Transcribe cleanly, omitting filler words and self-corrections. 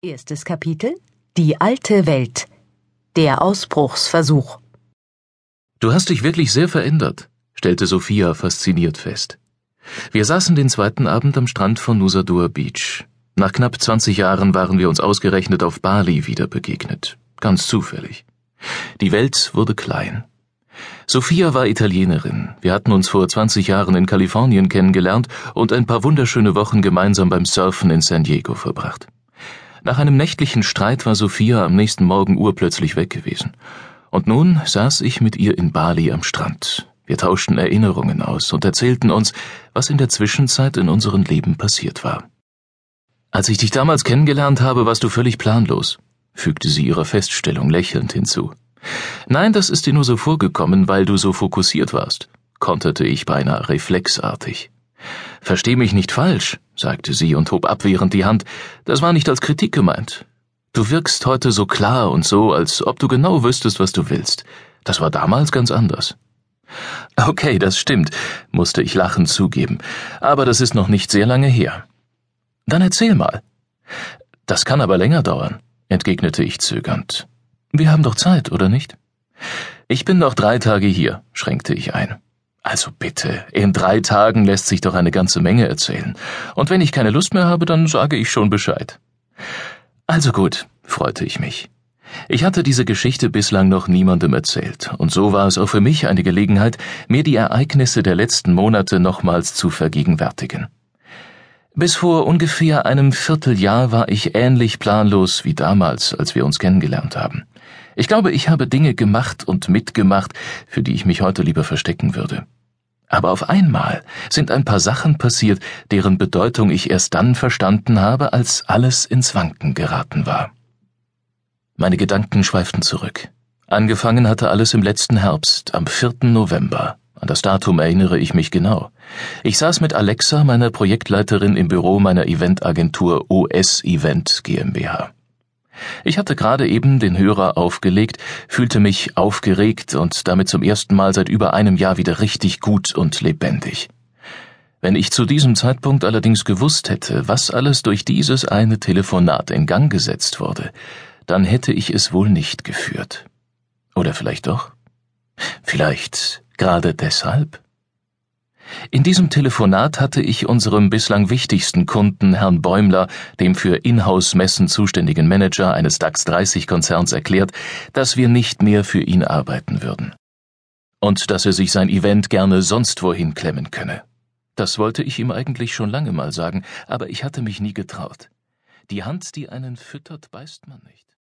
Erstes Kapitel: Die alte Welt. Der Ausbruchsversuch. »Du hast dich wirklich sehr verändert«, stellte Sophia fasziniert fest. Wir saßen den zweiten Abend am Strand von Nusa Dua Beach. Nach knapp 20 Jahren waren wir uns ausgerechnet auf Bali wieder begegnet. Ganz zufällig. Die Welt wurde klein. Sophia war Italienerin. Wir hatten uns vor 20 Jahren in Kalifornien kennengelernt und ein paar wunderschöne Wochen gemeinsam beim Surfen in San Diego verbracht. Nach einem nächtlichen Streit war Sophia am nächsten Morgen urplötzlich weg gewesen. Und nun saß ich mit ihr in Bali am Strand. Wir tauschten Erinnerungen aus und erzählten uns, was in der Zwischenzeit in unserem Leben passiert war. »Als ich dich damals kennengelernt habe, warst du völlig planlos«, fügte sie ihrer Feststellung lächelnd hinzu. »Nein, das ist dir nur so vorgekommen, weil du so fokussiert warst«, konterte ich beinahe reflexartig. »Versteh mich nicht falsch«, sagte sie und hob abwehrend die Hand, »das war nicht als Kritik gemeint. Du wirkst heute so klar und so, als ob du genau wüsstest, was du willst. Das war damals ganz anders.« »Okay, das stimmt«, musste ich lachend zugeben, »aber das ist noch nicht sehr lange her.« »Dann erzähl mal.« »Das kann aber länger dauern«, entgegnete ich zögernd. »Wir haben doch Zeit, oder nicht?« »Ich bin noch 3 Tage hier«, schränkte ich ein. »Also bitte, in 3 Tagen lässt sich doch eine ganze Menge erzählen. Und wenn ich keine Lust mehr habe, dann sage ich schon Bescheid.« »Also gut«, freute ich mich. Ich hatte diese Geschichte bislang noch niemandem erzählt, und so war es auch für mich eine Gelegenheit, mir die Ereignisse der letzten Monate nochmals zu vergegenwärtigen. Bis vor ungefähr einem Vierteljahr war ich ähnlich planlos wie damals, als wir uns kennengelernt haben. Ich glaube, ich habe Dinge gemacht und mitgemacht, für die ich mich heute lieber verstecken würde. Aber auf einmal sind ein paar Sachen passiert, deren Bedeutung ich erst dann verstanden habe, als alles ins Wanken geraten war. Meine Gedanken schweiften zurück. Angefangen hatte alles im letzten Herbst, am 4. November. An das Datum erinnere ich mich genau. Ich saß mit Alexa, meiner Projektleiterin, im Büro meiner Eventagentur OS Event GmbH. Ich hatte gerade eben den Hörer aufgelegt, fühlte mich aufgeregt und damit zum ersten Mal seit über einem Jahr wieder richtig gut und lebendig. Wenn ich zu diesem Zeitpunkt allerdings gewusst hätte, was alles durch dieses eine Telefonat in Gang gesetzt wurde, dann hätte ich es wohl nicht geführt. Oder vielleicht doch? Vielleicht gerade deshalb? In diesem Telefonat hatte ich unserem bislang wichtigsten Kunden, Herrn Bäumler, dem für Inhouse-Messen zuständigen Manager eines DAX-30-Konzerns, erklärt, dass wir nicht mehr für ihn arbeiten würden. Und dass er sich sein Event gerne sonst wohin klemmen könne. Das wollte ich ihm eigentlich schon lange mal sagen, aber ich hatte mich nie getraut. Die Hand, die einen füttert, beißt man nicht.